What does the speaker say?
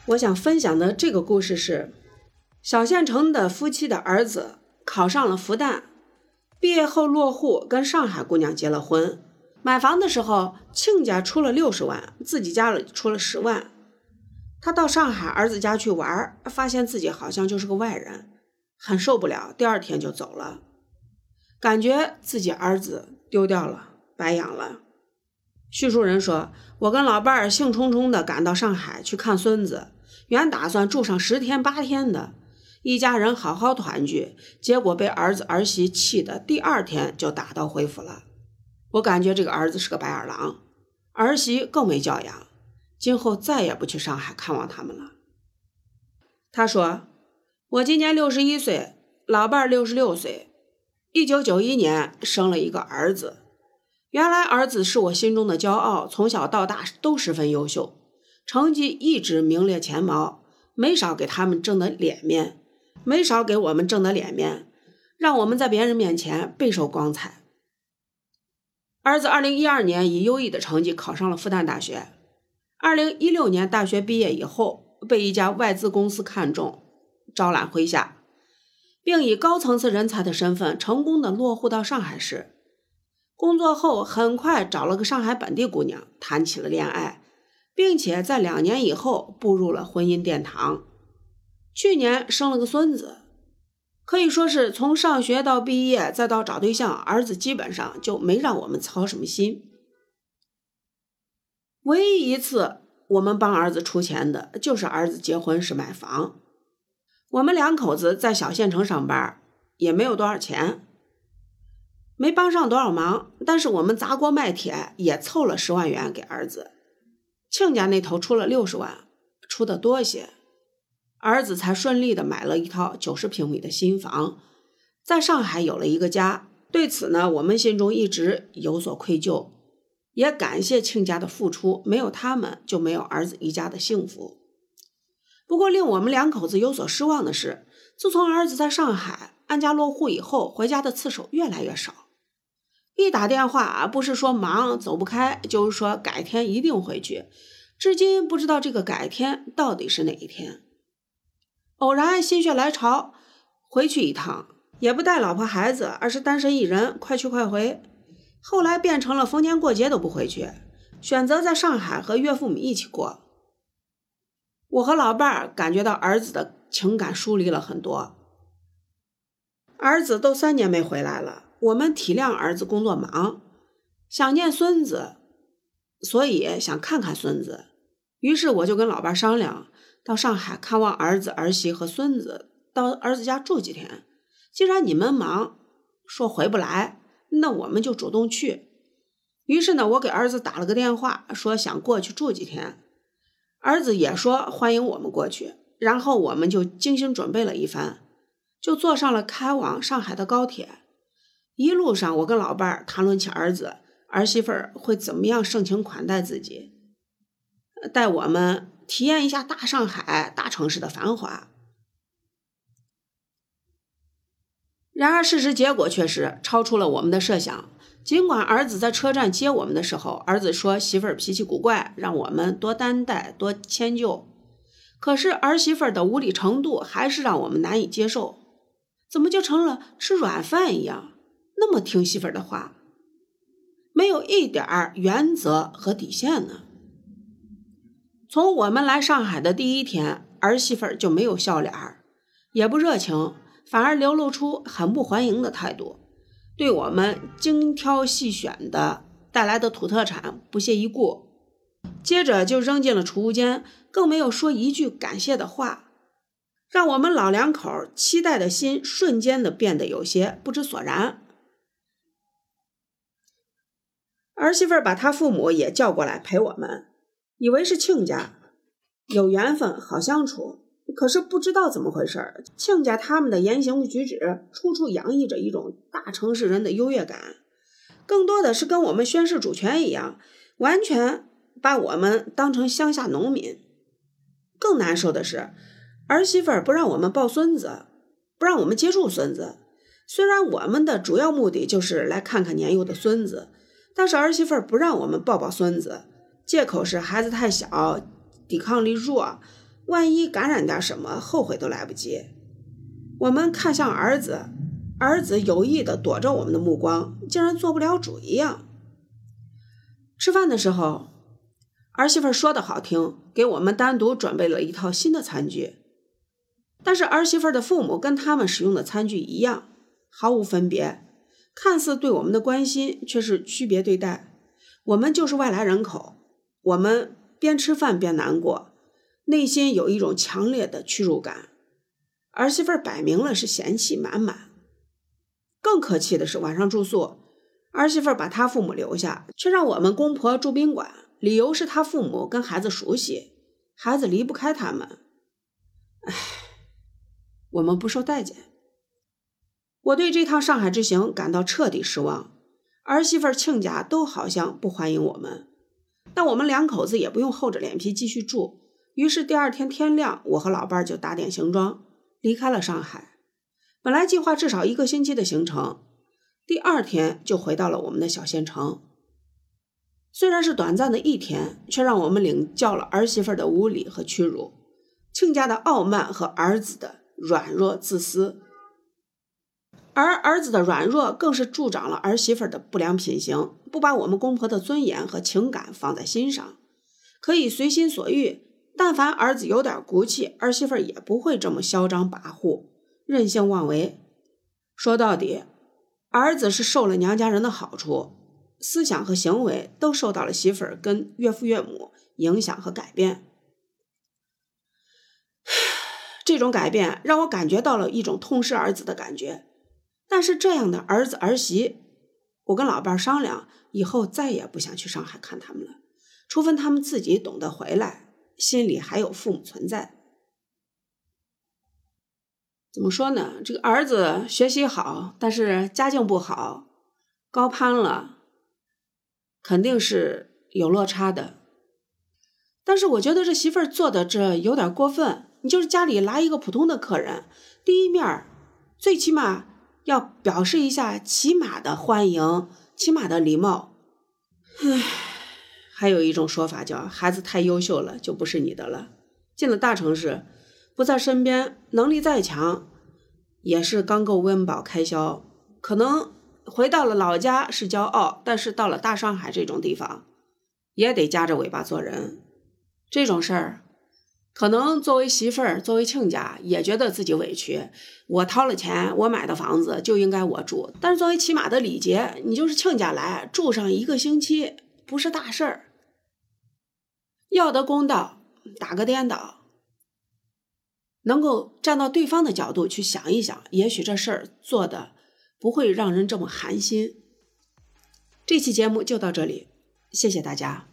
我想分享的这个故事是，小县城的夫妻的儿子考上了复旦，毕业后落户，跟上海姑娘结了婚。买房的时候，亲家出了60万，自己家里出了10万。他到上海儿子家去玩，发现自己好像就是个外人，很受不了，第2天就走了，感觉自己儿子丢掉了，白养了。叙述人说，我跟老伴儿兴冲冲地赶到上海去看孙子，原打算住上10天8天的，一家人好好团聚，结果被儿子儿媳气得第2天就打道回府了。我感觉这个儿子是个白眼狼，儿媳更没教养，今后再也不去上海看望他们了。他说，我今年61岁，老伴儿66岁，1991年生了一个儿子。原来儿子是我心中的骄傲，从小到大都十分优秀，成绩一直名列前茅，没少给他们挣的脸面，没少给我们挣的脸面，让我们在别人面前备受光彩。儿子2012年以优异的成绩考上了复旦大学，2016年大学毕业以后，被一家外资公司看中，招揽麾下，并以高层次人才的身份成功的落户到上海市。工作后很快找了个上海本地姑娘，谈起了恋爱，并且在2年以后步入了婚姻殿堂。去年生了个孙子，可以说是从上学到毕业再到找对象，儿子基本上就没让我们操什么心。唯一一次我们帮儿子出钱的，就是儿子结婚时买房。我们2口子在小县城上班，也没有多少钱，没帮上多少忙，但是我们砸锅卖铁也凑了10万元给儿子。亲家那头出了60万，出的多些，儿子才顺利的买了一套90平米的新房，在上海有了一个家。对此呢，我们心中一直有所愧疚，也感谢亲家的付出，没有他们就没有儿子一家的幸福。不过令我们2口子有所失望的是，自从儿子在上海安家落户以后，回家的次数越来越少。一打电话，不是说忙走不开，就是说改天一定回去，至今不知道这个改天到底是哪一天。偶然心血来潮回去一趟，也不带老婆孩子，而是单身一人，快去快回。后来变成了逢年过节都不回去，选择在上海和岳父母一起过。我和老伴儿感觉到儿子的情感疏离了很多。儿子都3年没回来了，我们体谅儿子工作忙，想念孙子，所以想看看孙子。于是我就跟老伴儿商量，到上海看望儿子儿媳和孙子，到儿子家住几天。既然你们忙，说回不来，那我们就主动去。于是呢，我给儿子打了个电话，说想过去住几天。儿子也说欢迎我们过去，然后我们就精心准备了一番，就坐上了开往上海的高铁。一路上我跟老伴儿谈论起儿子儿媳妇儿会怎么样盛情款待自己，带我们体验一下大上海大城市的繁华。然而事实结果却是超出了我们的设想。尽管儿子在车站接我们的时候，儿子说媳妇儿脾气古怪，让我们多担待多迁就，可是儿媳妇儿的无理程度还是让我们难以接受。怎么就成了吃软饭一样，那么听媳妇儿的话，没有一点原则和底线呢？从我们来上海的第1天，儿媳妇儿就没有笑脸，也不热情，反而流露出很不欢迎的态度，对我们精挑细选的带来的土特产不屑一顾，接着就扔进了储物间，更没有说一句感谢的话，让我们老2口期待的心瞬间的变得有些不知所然。儿媳妇把她父母也叫过来陪我们，以为是亲家，有缘分好相处，可是不知道怎么回事，亲家他们的言行举止处处洋溢着一种大城市人的优越感，更多的是跟我们宣示主权一样，完全把我们当成乡下农民。更难受的是，儿媳妇不让我们抱孙子，不让我们接触孙子。虽然我们的主要目的就是来看看年幼的孙子，但是儿媳妇不让我们抱抱孙子，借口是孩子太小，抵抗力弱， 万一感染点什么，后悔都来不及。我们看向儿子，儿子有意地躲着我们的目光，竟然做不了主一样。吃饭的时候，儿媳妇说的好听，给我们单独准备了一套新的餐具，但是儿媳妇的父母跟他们使用的餐具一样，毫无分别，看似对我们的关心，却是区别对待。我们就是外来人口，我们边吃饭边难过，内心有一种强烈的屈辱感。儿媳妇摆明了是嫌弃满满。更可气的是，晚上住宿，儿媳妇把她父母留下，却让我们公婆住宾馆，理由是她父母跟孩子熟悉，孩子离不开他们。我们不受待见。我对这趟上海之行感到彻底失望，儿媳妇亲家都好像不欢迎我们，但我们两口子也不用厚着脸皮继续住，于是第二天天亮，我和老伴就打点行装离开了上海。本来计划至少1个星期的行程，第2天就回到了我们的小县城。虽然是短暂的1天，却让我们领教了儿媳妇的无理和屈辱，亲家的傲慢和儿子的软弱自私。而儿子的软弱更是助长了儿媳妇的不良品行，不把我们公婆的尊严和情感放在心上，可以随心所欲，但凡儿子有点骨气，儿媳妇也不会这么嚣张跋扈，任性妄为。说到底，儿子是受了娘家人的好处，思想和行为都受到了媳妇儿跟岳父岳母影响和改变。这种改变让我感觉到了一种痛失儿子的感觉，但是这样的儿子儿媳，我跟老伴商量，以后再也不想去上海看他们了，除非他们自己懂得回来，心里还有父母存在。怎么说呢？这个儿子学习好，但是家境不好，高攀了，肯定是有落差的。但是我觉得这媳妇儿做的这有点过分，你就是家里来一个普通的客人，第一面最起码要表示一下起码的欢迎，起码的礼貌。还有一种说法叫孩子太优秀了就不是你的了，进了大城市不在身边，能力再强也是刚够温饱开销，可能回到了老家是骄傲，但是到了大上海这种地方也得夹着尾巴做人。这种事儿可能作为媳妇儿，作为亲家也觉得自己委屈，我掏了钱，我买的房子就应该我住，但是作为起码的礼节，你就是亲家来住上1个星期不是大事儿。要得公道，打个颠倒，能够站到对方的角度去想一想，也许这事儿做的不会让人这么寒心。这期节目就到这里，谢谢大家。